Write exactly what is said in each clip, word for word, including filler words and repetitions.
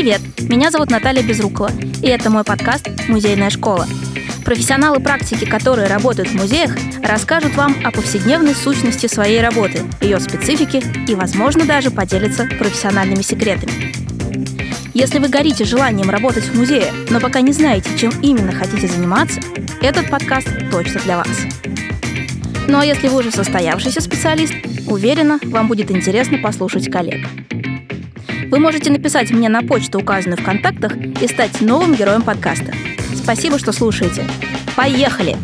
Привет, меня зовут Наталья Безрукова, и это мой подкаст «Музейная школа». Профессионалы практики, которые работают в музеях, расскажут вам о повседневной сущности своей работы, ее специфике и, возможно, даже поделятся профессиональными секретами. Если вы горите желанием работать в музее, но пока не знаете, чем именно хотите заниматься, этот подкаст точно для вас. Ну а если вы уже состоявшийся специалист, уверена, вам будет интересно послушать коллег. Вы можете написать мне на почту, указанную в контактах, и стать новым героем подкаста. Спасибо, что слушаете. Поехали!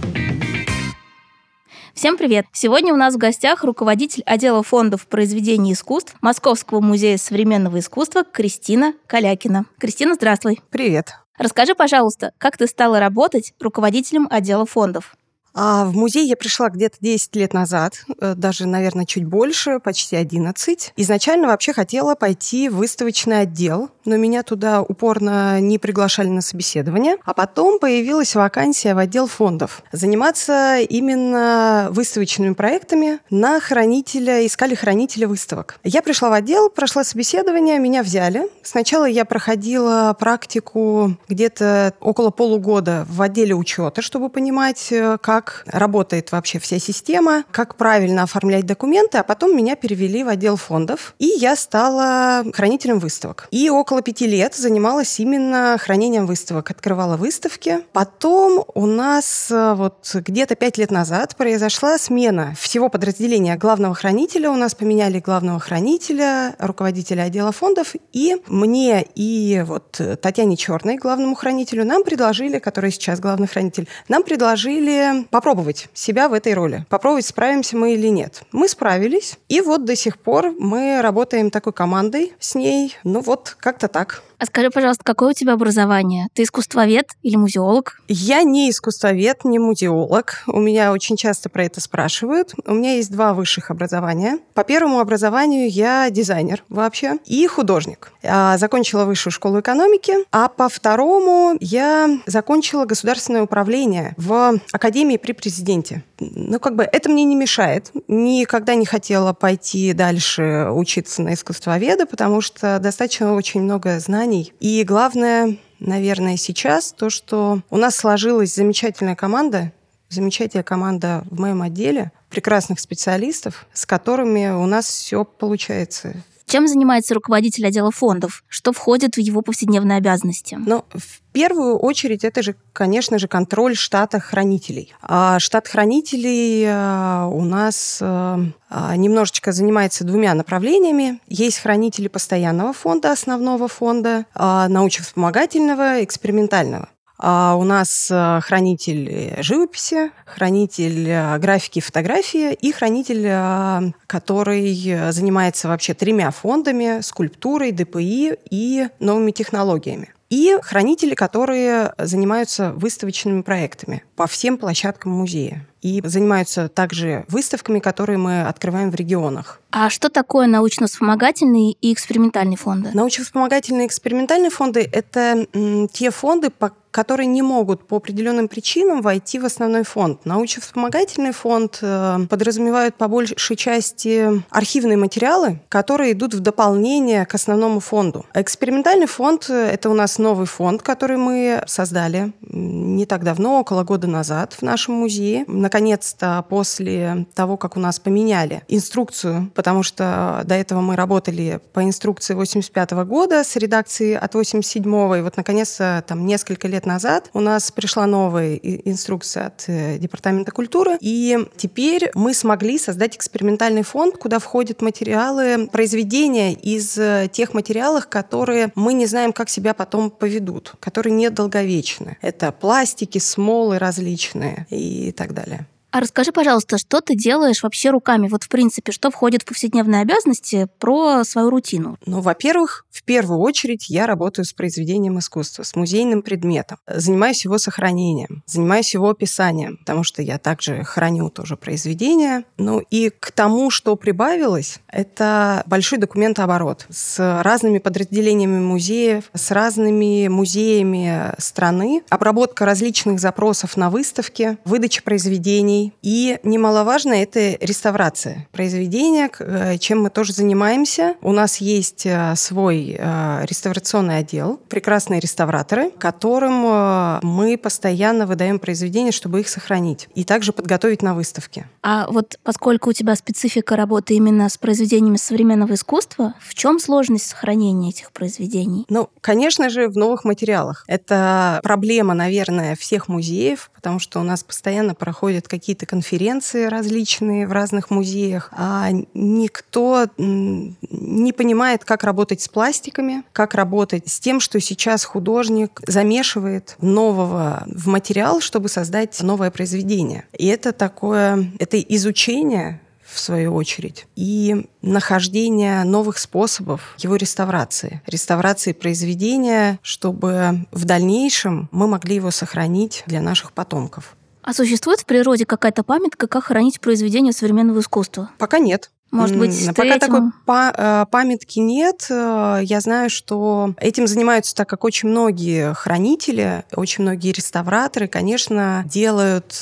Всем привет! Сегодня у нас в гостях руководитель отдела фондов произведений искусств Московского музея современного искусства Кристина Калякина. Кристина, здравствуй! Привет! Расскажи, пожалуйста, как ты стала работать руководителем отдела фондов? А в музей я пришла где-то десять лет назад, даже, наверное, чуть больше, почти одиннадцать. Изначально вообще хотела пойти в выставочный отдел, но меня туда упорно не приглашали на собеседование. А потом появилась вакансия в отдел фондов. Заниматься именно выставочными проектами на хранителя, искали хранителя выставок. Я пришла в отдел, прошла собеседование, меня взяли. Сначала я проходила практику где-то около полугода в отделе учета, чтобы понимать, как как работает вообще вся система, как правильно оформлять документы, а потом меня перевели в отдел фондов, и я стала хранителем выставок. И около пяти лет занималась именно хранением выставок, открывала выставки. Потом у нас вот где-то пять лет назад произошла смена всего подразделения главного хранителя. У нас поменяли главного хранителя, руководителя отдела фондов, и мне и вот Татьяне Черной, главному хранителю, нам предложили, который сейчас главный хранитель, нам предложили попробовать себя в этой роли. Попробовать, справимся мы или нет. Мы справились, и вот до сих пор мы работаем такой командой с ней. Ну вот, как-то так. А скажи, пожалуйста, какое у тебя образование? Ты искусствовед или музеолог? Я не искусствовед, не музеолог. У меня очень часто про это спрашивают. У меня есть два высших образования. По первому образованию я дизайнер вообще и художник. Я закончила высшую школу экономики, а по второму я закончила государственное управление в Академии при президенте. Ну, как бы это мне не мешает. Никогда не хотела пойти дальше учиться на искусствоведа, потому что достаточно очень много знаний. И главное, наверное, сейчас то, что у нас сложилась замечательная команда, замечательная команда в моем отделе, прекрасных специалистов, с которыми у нас все получается. Чем занимается руководитель отдела фондов? Что входит в его повседневные обязанности? Ну, в первую очередь, это же, конечно же, контроль штата хранителей. А штат хранителей у нас немножечко занимается двумя направлениями. Есть хранители постоянного фонда, основного фонда, научно-вспомогательного, экспериментального. А у нас хранитель живописи, хранитель графики и фотографии и хранитель, который занимается вообще тремя фондами: скульптурой, ДПИ и новыми технологиями. И хранители, которые занимаются выставочными проектами по всем площадкам музея. И занимаются также выставками, которые мы открываем в регионах. А что такое научно-вспомогательные и экспериментальные фонды? Научно-вспомогательные и экспериментальные фонды – это м, те фонды, по которые не могут по определенным причинам войти в основной фонд. Научно-вспомогательный фонд э, подразумевает по большей части архивные материалы, которые идут в дополнение к основному фонду. А экспериментальный фонд – это у нас новый фонд, который мы создали не так давно, около года назад в нашем музее. Наконец-то, после того, как у нас поменяли инструкцию, потому что до этого мы работали по инструкции восемьдесят пятого года с редакцией от восемьдесят седьмого, и вот наконец-то там несколько лет назад у нас пришла новая инструкция от Департамента культуры, и теперь мы смогли создать экспериментальный фонд, куда входят материалы, произведения из тех материалов, которые мы не знаем, как себя потом поведут, которые недолговечны. Это пластики, смолы различные и так далее. А расскажи, пожалуйста, что ты делаешь вообще руками? Вот, в принципе, что входит в повседневные обязанности, про свою рутину? Ну, во-первых, в первую очередь я работаю с произведением искусства, с музейным предметом. Занимаюсь его сохранением, занимаюсь его описанием, потому что я также храню тоже произведения. Ну, и к тому, что прибавилось, это большой документооборот с разными подразделениями музеев, с разными музеями страны, обработка различных запросов на выставки, выдача произведений, произведений. И немаловажно — это реставрация произведения, чем мы тоже занимаемся. У нас есть свой реставрационный отдел, прекрасные реставраторы, которым мы постоянно выдаем произведения, чтобы их сохранить и также подготовить на выставке. А вот поскольку у тебя специфика работы именно с произведениями современного искусства, в чем сложность сохранения этих произведений? Ну, конечно же, в новых материалах. Это проблема, наверное, всех музеев, потому что у нас постоянно проходят какие-то конференции различные в разных музеях, а никто не понимает, как работать с пластиками, как работать с тем, что сейчас художник замешивает нового в материал, чтобы создать новое произведение. И это такое, это изучение, в свою очередь, и нахождение новых способов его реставрации. Реставрации произведения, чтобы в дальнейшем мы могли его сохранить для наших потомков. А существует в природе какая-то памятка, как хранить произведения современного искусства? Пока нет. Может быть, Пока этим... такой па- памятки нет. Я знаю, что этим занимаются, так как очень многие хранители, очень многие реставраторы, конечно, делают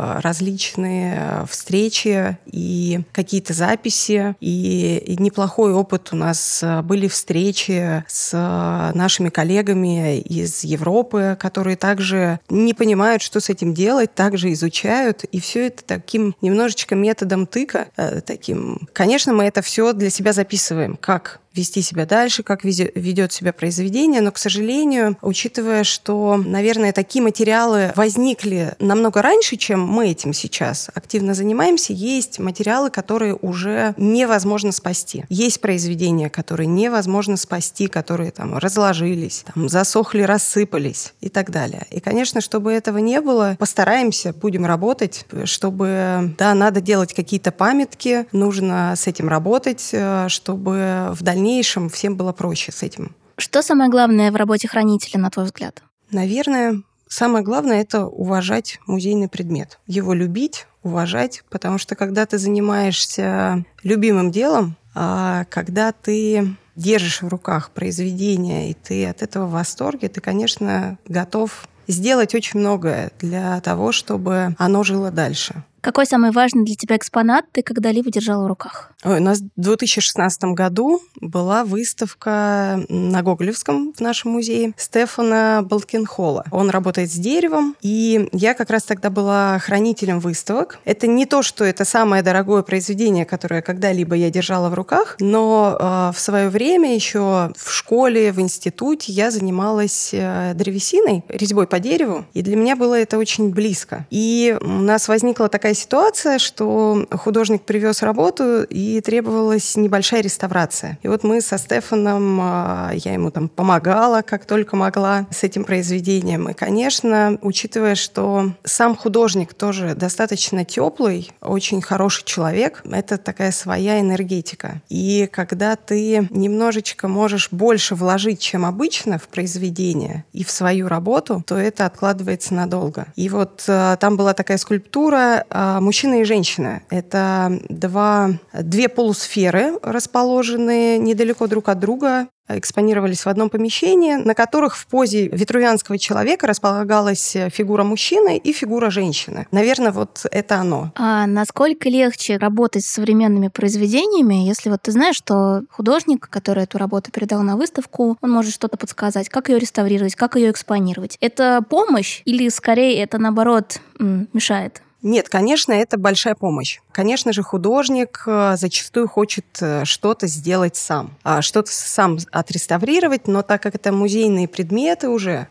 различные встречи и какие-то записи. И, и неплохой опыт у нас были встречи с нашими коллегами из Европы, которые также не понимают, что с этим делать, также изучают. И все это таким немножечко методом тыка, таким. Конечно, мы это все для себя записываем, как вести себя дальше, как ведет себя произведение, но, к сожалению, учитывая, что, наверное, такие материалы возникли намного раньше, чем мы этим сейчас активно занимаемся, есть материалы, которые уже невозможно спасти. Есть произведения, которые невозможно спасти, которые там разложились, там, засохли, рассыпались и так далее. И, конечно, чтобы этого не было, постараемся, будем работать, чтобы, да, надо делать какие-то памятки, нужно с этим работать, чтобы в дальнейшем В дальнейшем всем было проще с этим. Что самое главное в работе хранителя, на твой взгляд? Наверное, самое главное — это уважать музейный предмет. Его любить, уважать, потому что когда ты занимаешься любимым делом, а когда ты держишь в руках произведение, и ты от этого в восторге, ты, конечно, готов сделать очень многое для того, чтобы оно жило дальше. Какой самый важный для тебя экспонат ты когда-либо держала в руках? Ой, у нас в две тысячи шестнадцатом году была выставка на Гоголевском в нашем музее Стефана Балкенхола. Он работает с деревом, и я как раз тогда была хранителем выставок. Это не то, что это самое дорогое произведение, которое когда-либо я держала в руках, но э, в свое время еще в школе, в институте я занималась э, древесиной, резьбой по дереву, и для меня было это очень близко. И у нас возникла такая ситуация, что художник привез работу, и требовалась небольшая реставрация. И вот мы со Стефаном, я ему там помогала, как только могла, с этим произведением. И, конечно, учитывая, что сам художник тоже достаточно теплый, очень хороший человек, это такая своя энергетика. И когда ты немножечко можешь больше вложить, чем обычно, в произведение и в свою работу, то это откладывается надолго. И вот там была такая скульптура «Мужчина и женщина». Это два, две полусферы, расположенные недалеко друг от друга, экспонировались в одном помещении, на которых в позе витрувианского человека располагалась фигура мужчины и фигура женщины. Наверное, вот это оно. А насколько легче работать с современными произведениями, если вот ты знаешь, что художник, который эту работу передал на выставку, он может что-то подсказать, как ее реставрировать, как ее экспонировать? Это помощь или скорее это, наоборот, мешает? Нет, конечно, это большая помощь. Конечно же, художник зачастую хочет что-то сделать сам, что-то сам отреставрировать, но так как это музейные предметы уже,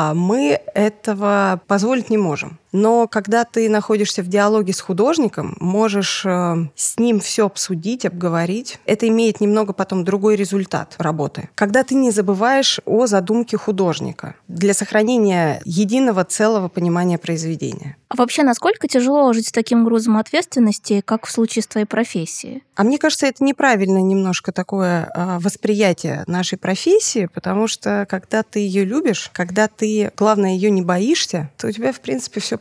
мы этого позволить не можем. Но когда ты находишься в диалоге с художником, можешь с ним все обсудить, обговорить, это имеет немного потом другой результат работы. Когда ты не забываешь о задумке художника для сохранения единого целого понимания произведения. А вообще, насколько тяжело жить с таким грузом ответственности, как в случае с твоей профессией? А мне кажется, это неправильное немножко такое восприятие нашей профессии, потому что когда ты ее любишь, когда ты, главное, ее не боишься, то у тебя, в принципе, все получается.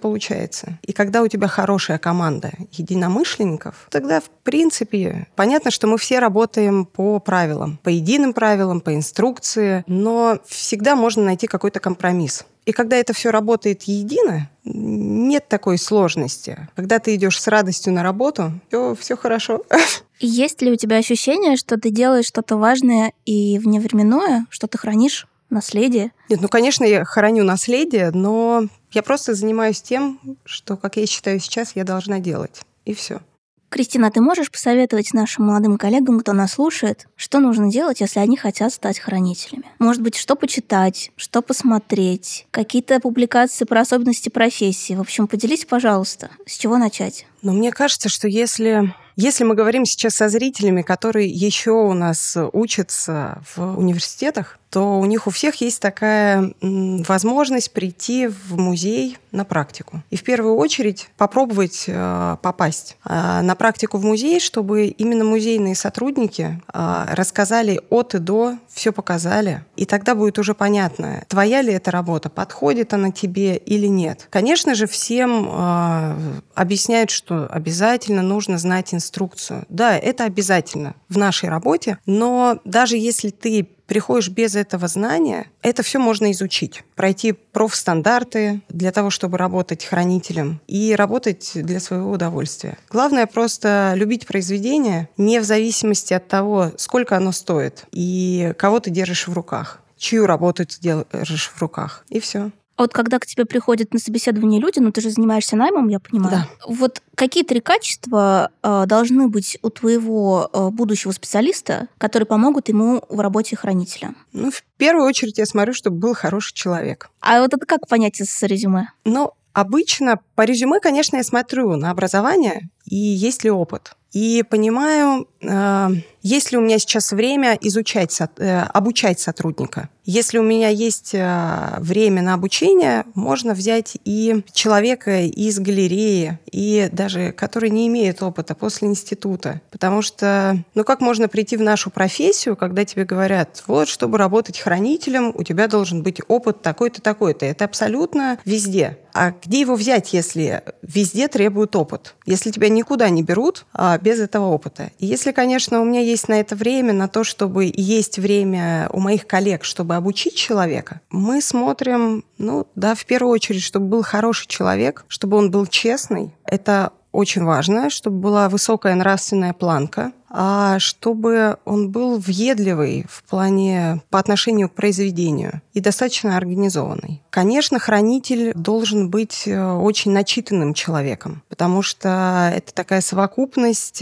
получается. И когда у тебя хорошая команда единомышленников, тогда, в принципе, понятно, что мы все работаем по правилам, по единым правилам, по инструкции, но всегда можно найти какой-то компромисс. И когда это все работает едино, нет такой сложности. Когда ты идешь с радостью на работу, то все хорошо. Есть ли у тебя ощущение, что ты делаешь что-то важное и вневременное, что ты хранишь наследие? Нет, ну, конечно, я храню наследие, но я просто занимаюсь тем, что, как я считаю сейчас, я должна делать. И все. Кристина, ты можешь посоветовать нашим молодым коллегам, кто нас слушает, что нужно делать, если они хотят стать хранителями? Может быть, что почитать, что посмотреть, какие-то публикации про особенности профессии? В общем, поделись, пожалуйста, с чего начать? Но мне кажется, что если... Если мы говорим сейчас со зрителями, которые еще у нас учатся в университетах, то у них у всех есть такая возможность прийти в музей на практику. И в первую очередь попробовать э, попасть э, на практику в музей, чтобы именно музейные сотрудники э, рассказали от и до, все показали. И тогда будет уже понятно, твоя ли эта работа, подходит она тебе или нет. Конечно же, всем э, объясняют, что обязательно нужно знать инструкцию. Да, это обязательно в нашей работе, но даже если ты приходишь без этого знания, это все можно изучить. Пройти профстандарты для того, чтобы работать хранителем и работать для своего удовольствия. Главное просто любить произведение, не в зависимости от того, сколько оно стоит и кого ты держишь в руках, чью работу ты держишь в руках, и все. А вот когда к тебе приходят на собеседование люди, ну ты же занимаешься наймом, я понимаю. Да. Вот какие три качества э, должны быть у твоего э, будущего специалиста, которые помогут ему в работе хранителя? Ну, в первую очередь я смотрю, чтобы был хороший человек. А вот это как понять из резюме? Ну, обычно по резюме, конечно, я смотрю на образование и есть ли опыт. И понимаю, э, есть ли у меня сейчас время изучать, э, обучать сотрудника. Если у меня есть э, время на обучение, можно взять и человека из галереи, и даже который не имеет опыта после института. Потому что, ну как можно прийти в нашу профессию, когда тебе говорят, вот, чтобы работать хранителем, у тебя должен быть опыт такой-то, такой-то. Это абсолютно везде. А где его взять, если везде требуют опыт? Если тебя никуда не берут а, без этого опыта. И если, конечно, у меня есть на это время, на то, чтобы есть время у моих коллег, чтобы обучить человека, мы смотрим, ну да, в первую очередь, чтобы был хороший человек, чтобы он был честный. Это очень важно, чтобы была высокая нравственная планка, а чтобы он был въедливый в плане по отношению к произведению и достаточно организованный. Конечно, хранитель должен быть очень начитанным человеком, потому что это такая совокупность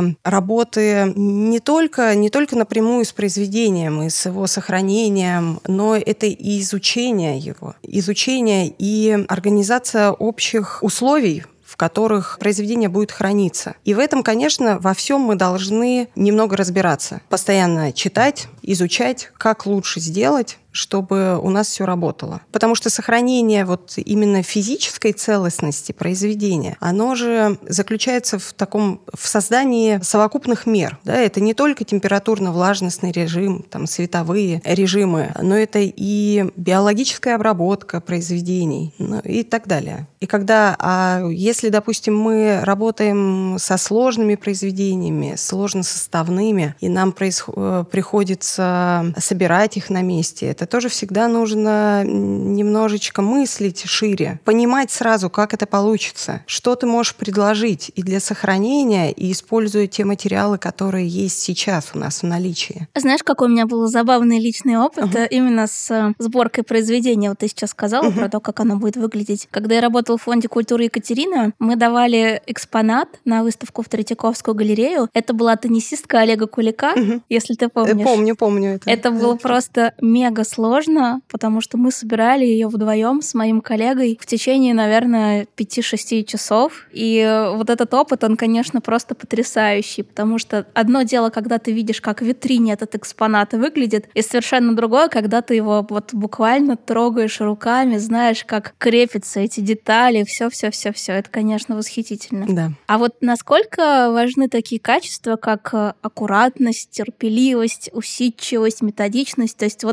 работы не только, не только напрямую с произведением и с его сохранением, но это и изучение его, изучение и организация общих условий, в которых произведение будет храниться. И в этом, конечно, во всем мы должны немного разбираться. Постоянно читать, изучать, как лучше сделать, чтобы у нас все работало. Потому что сохранение вот именно физической целостности произведения, оно же заключается в таком, в создании совокупных мер. Да? Это не только температурно-влажностный режим, там, световые режимы, но это и биологическая обработка произведений, ну, и так далее. И когда, а если, допустим, мы работаем со сложными произведениями, сложносоставными, и нам происход- приходится собирать их на месте, это тоже всегда нужно немножечко мыслить шире, понимать сразу, как это получится, что ты можешь предложить и для сохранения, и используя те материалы, которые есть сейчас у нас в наличии. Знаешь, какой у меня был забавный личный опыт uh-huh. именно с сборкой произведения. Вот ты сейчас сказала uh-huh. про то, как оно будет выглядеть. Когда я работала в Фонде культуры Екатерина, мы давали экспонат на выставку в Третьяковскую галерею. Это была теннисистка Олега Кулика, uh-huh. если ты помнишь. Помню, помню это. Это было просто мега сложно, потому что мы собирали ее вдвоем с моим коллегой в течение, наверное, пяти-шести часов. И вот этот опыт, он, конечно, просто потрясающий, потому что одно дело, когда ты видишь, как в витрине этот экспонат выглядит, и совершенно другое, когда ты его вот буквально трогаешь руками, знаешь, как крепятся эти детали, все-все-все-все. Это, конечно, восхитительно. Да. А вот насколько важны такие качества, как аккуратность, терпеливость, усидчивость, методичность? То есть вот именно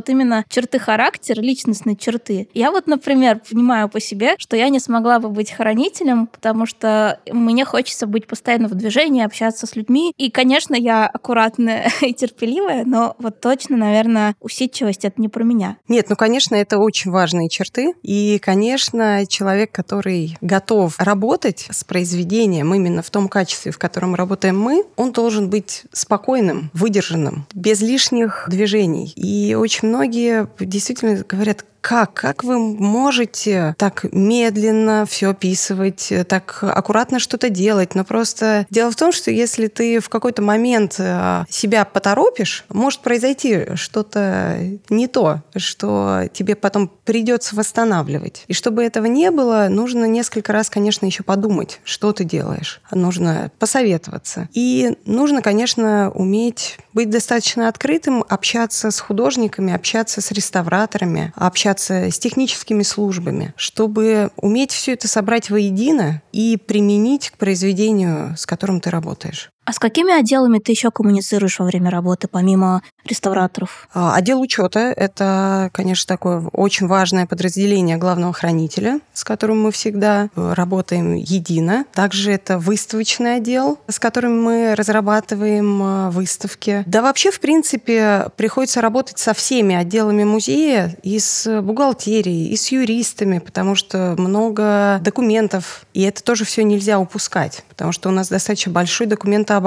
черты характера, личностные черты. Я вот, например, понимаю по себе, что я не смогла бы быть хранителем, потому что мне хочется быть постоянно в движении, общаться с людьми. И, конечно, я аккуратная и терпеливая, но вот точно, наверное, усидчивость — это не про меня. Нет, ну, конечно, это очень важные черты. И, конечно, человек, который готов работать с произведением именно в том качестве, в котором работаем мы, он должен быть спокойным, выдержанным, без лишних движений. И очень многие действительно говорят: Как? Как вы можете так медленно все описывать, так аккуратно что-то делать? Но просто дело в том, что если ты в какой-то момент себя поторопишь, может произойти что-то не то, что тебе потом придется восстанавливать. И чтобы этого не было, нужно несколько раз, конечно, еще подумать, что ты делаешь. Нужно посоветоваться. И нужно, конечно, уметь быть достаточно открытым, общаться с художниками, общаться с реставраторами, общаться с техническими службами, чтобы уметь все это собрать воедино и применить к произведению, с которым ты работаешь. А с какими отделами ты еще коммуницируешь во время работы, помимо реставраторов? Отдел учета – это, конечно, такое очень важное подразделение главного хранителя, с которым мы всегда работаем едино. Также это выставочный отдел, с которым мы разрабатываем выставки. Да вообще, в принципе, приходится работать со всеми отделами музея, и с бухгалтерией, и с юристами, потому что много документов, и это тоже все нельзя упускать, потому что у нас достаточно большой документооборот,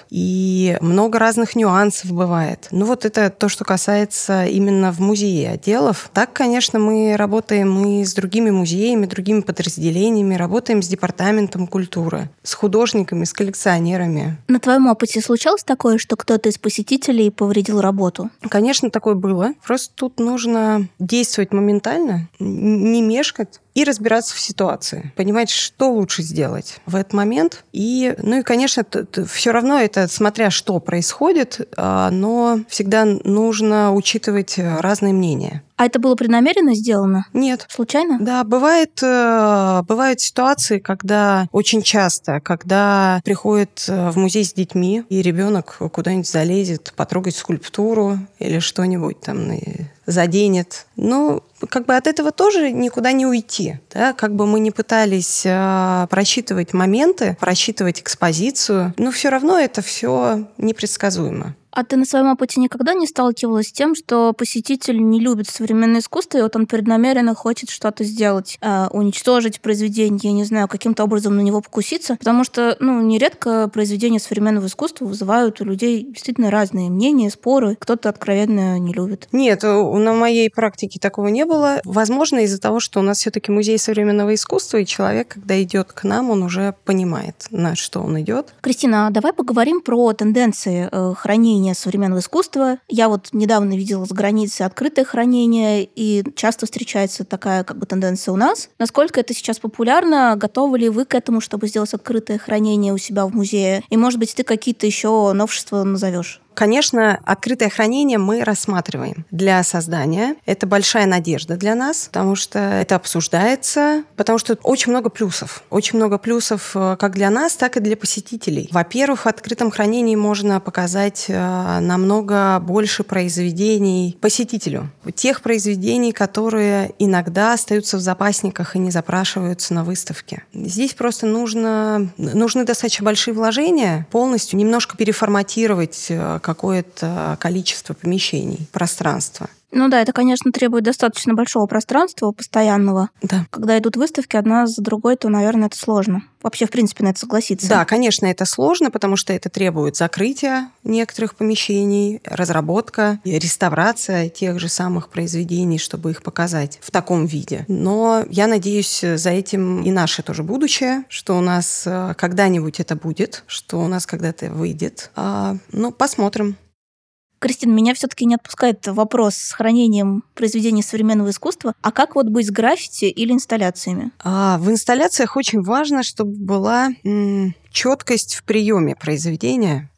и много разных нюансов бывает. Ну вот это то, что касается именно в музее отделов. Так, конечно, мы работаем и с другими музеями, другими подразделениями, работаем с департаментом культуры, с художниками, с коллекционерами. На твоем опыте случалось такое, что кто-то из посетителей повредил работу? Конечно, такое было. Просто тут нужно действовать моментально, не мешкать и разбираться в ситуации, понимать, что лучше сделать в этот момент. И, ну и, конечно, все равно это смотря что происходит, но всегда нужно учитывать разные мнения. А это было преднамеренно сделано? Нет. Случайно? Да, бывает, бывают ситуации, когда очень часто, когда приходит в музей с детьми, и ребенок куда-нибудь залезет, потрогать скульптуру или что-нибудь там заденет. Ну, как бы от этого тоже никуда не уйти. Да? Как бы мы ни пытались просчитывать моменты, просчитывать экспозицию, но все равно это все непредсказуемо. А ты на своем опыте никогда не сталкивалась с тем, что посетитель не любит современное искусство, и вот он преднамеренно хочет что-то сделать, э, уничтожить произведение, я не знаю, каким-то образом на него покуситься? Потому что, ну, нередко произведения современного искусства вызывают у людей действительно разные мнения, споры. Кто-то откровенно не любит. Нет, на моей практике такого не было. Возможно, из-за того, что у нас все-таки музей современного искусства, и человек, когда идет к нам, он уже понимает, на что он идет. Кристина, а давай поговорим про тенденции э, хранения современного искусства. Я вот недавно видела с границы открытое хранение, и часто встречается такая как бы тенденция у нас. Насколько это сейчас популярно? Готовы ли вы к этому, чтобы сделать открытое хранение у себя в музее? И, может быть, ты какие-то еще новшества назовешь? Конечно, открытое хранение мы рассматриваем для создания. Это большая надежда для нас, потому что это обсуждается, потому что очень много плюсов. Очень много плюсов как для нас, так и для посетителей. Во-первых, в открытом хранении можно показать намного больше произведений посетителю. Тех произведений, которые иногда остаются в запасниках и не запрашиваются на выставке. Здесь просто нужно, нужны достаточно большие вложения, полностью немножко переформатировать какое-то количество помещений, пространства. Ну да, это, конечно, требует достаточно большого пространства, постоянного. Да. Когда идут выставки одна за другой, то, наверное, это сложно. Вообще, в принципе, на это согласиться. Да, конечно, это сложно, потому что это требует закрытия некоторых помещений, разработка, реставрация тех же самых произведений, чтобы их показать в таком виде. Но я надеюсь, за этим и наше тоже будущее, что у нас когда-нибудь это будет, что у нас когда-то выйдет. А, ну, посмотрим. Кристина, меня все-таки не отпускает вопрос с хранением произведений современного искусства. А как вот быть с граффити или инсталляциями? А, в инсталляциях очень важно, чтобы была м- четкость в приеме произведения.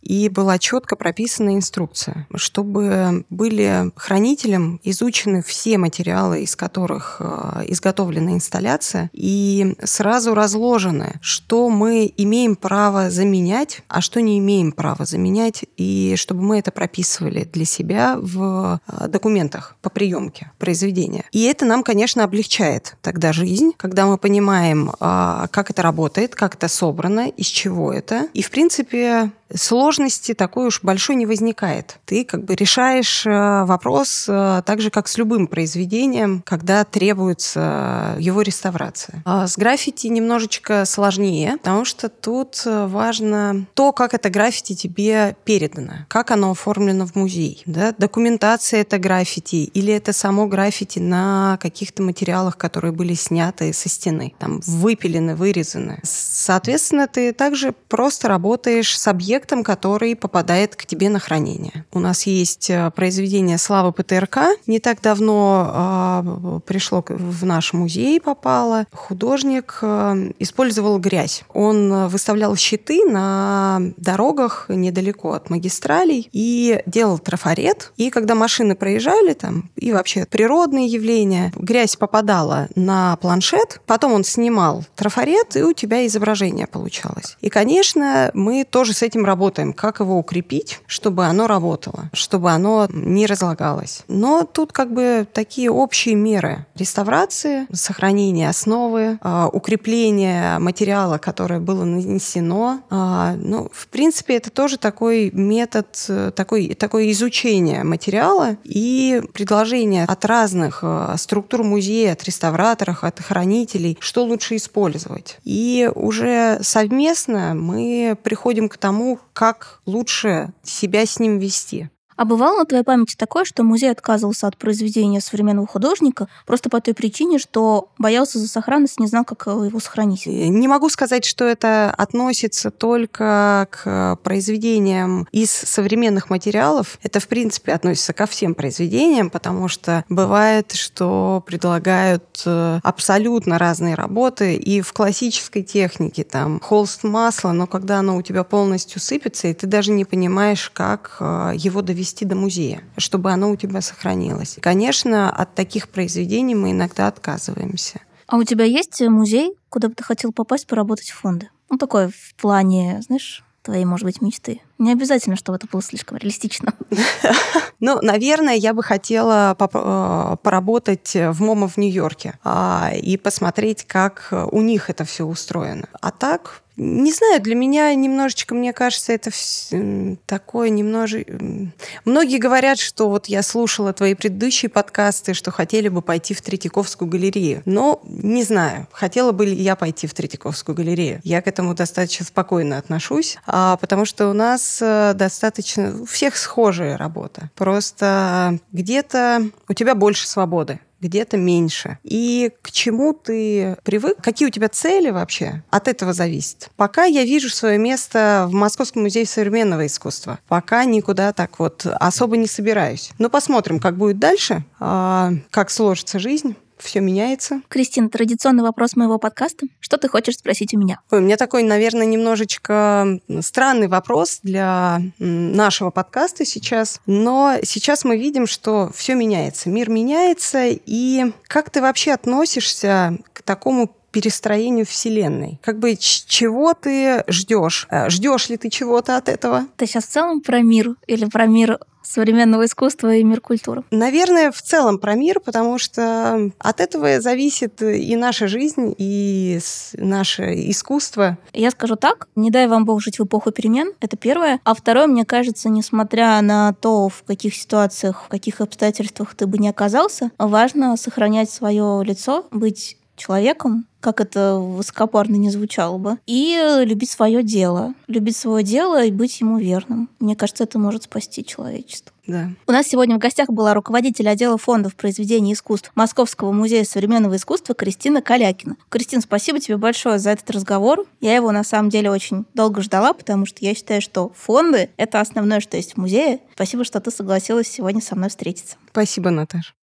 и была четко прописана инструкция, чтобы были хранителем изучены все материалы, из которых изготовлена инсталляция, и сразу разложены, что мы имеем право заменять, а что не имеем права заменять, и чтобы мы это прописывали для себя в документах по приемке произведения. И это нам, конечно, облегчает тогда жизнь, когда мы понимаем, как это работает, как это собрано, из чего это. И, в принципе, сложности такой уж большой не возникает. Ты как бы решаешь вопрос так же, как с любым произведением, когда требуется его реставрация. А с граффити немножечко сложнее, потому что тут важно то, как это граффити тебе передано, как оно оформлено в музей. Да? Документация это граффити или это само граффити на каких-то материалах, которые были сняты со стены, там выпилены, вырезаны. Соответственно, ты также просто работаешь с объектом, который попадает к тебе на хранение. У нас есть произведение Славы ПТРК. Не так давно э, пришло в наш музей, попало. Художник э, использовал грязь. Он выставлял щиты на дорогах недалеко от магистралей и делал трафарет. И когда машины проезжали, там, и вообще природные явления, грязь попадала на планшет, потом он снимал трафарет, и у тебя изображение получалось. И, конечно, мы тоже с этим работаем, как его укрепить, чтобы оно работало, чтобы оно не разлагалось. Но тут как бы такие общие меры реставрации, сохранения основы, укрепления материала, которое было нанесено. Ну, в принципе, это тоже такой метод, такой, такое изучение материала и предложение от разных структур музея, от реставраторов, от хранителей, что лучше использовать. И уже совместно мы приходим к тому, как лучше себя с ним вести. А бывало на твоей памяти такое, что музей отказывался от произведения современного художника просто по той причине, что боялся за сохранность, не знал, как его сохранить? Не могу сказать, что это относится только к произведениям из современных материалов. Это, в принципе, относится ко всем произведениям, потому что бывает, что предлагают абсолютно разные работы и в классической технике, там, холст масла, но когда оно у тебя полностью сыпется, и ты даже не понимаешь, как его довести до музея, чтобы оно у тебя сохранилось. Конечно, от таких произведений мы иногда отказываемся. А у тебя есть музей, куда бы ты хотел попасть, поработать в фонды? Ну, такое в плане, знаешь, твоей, может быть, мечты. Не обязательно, чтобы это было слишком реалистично. Ну, наверное, я бы хотела поработать в МОМА в Нью-Йорке и посмотреть, как у них это все устроено. А так, не знаю, для меня немножечко, мне кажется, это такое немножечко... Многие говорят, что вот я слушала твои предыдущие подкасты, что хотели бы пойти в Третьяковскую галерею. Но не знаю, хотела бы ли я пойти в Третьяковскую галерею. Я к этому достаточно спокойно отношусь, потому что у нас достаточно... У всех схожая работа. Просто где-то у тебя больше свободы, где-то меньше. И к чему ты привык, какие у тебя цели вообще, от этого зависит. Пока я вижу свое место в Московском музее современного искусства. Пока никуда так вот особо не собираюсь. Но посмотрим, как будет дальше, как сложится жизнь. Все меняется. Кристина, традиционный вопрос моего подкаста. Что ты хочешь спросить у меня? Ой, у меня такой, наверное, немножечко странный вопрос для нашего подкаста сейчас. Но сейчас мы видим, что все меняется. Мир меняется. И как ты вообще относишься к такому перестроению Вселенной? Как бы чего ты ждешь? Ждешь ли ты чего-то от этого? Ты сейчас в целом про мир или про мир современного искусства и мир культуры? Наверное, в целом про мир, потому что от этого зависит и наша жизнь, и наше искусство. Я скажу так, не дай вам Бог жить в эпоху перемен, это первое. А второе, мне кажется, несмотря на то, в каких ситуациях, в каких обстоятельствах ты бы не оказался, важно сохранять свое лицо, быть человеком, как это высокопарно не звучало бы, и любить свое дело. Любить свое дело и быть ему верным. Мне кажется, это может спасти человечество. Да. У нас сегодня в гостях была руководитель отдела фондов произведений искусств Московского музея современного искусства Кристина Калякина. Кристина, спасибо тебе большое за этот разговор. Я его, на самом деле, очень долго ждала, потому что я считаю, что фонды — это основное, что есть в музее. Спасибо, что ты согласилась сегодня со мной встретиться. Спасибо, Наташа.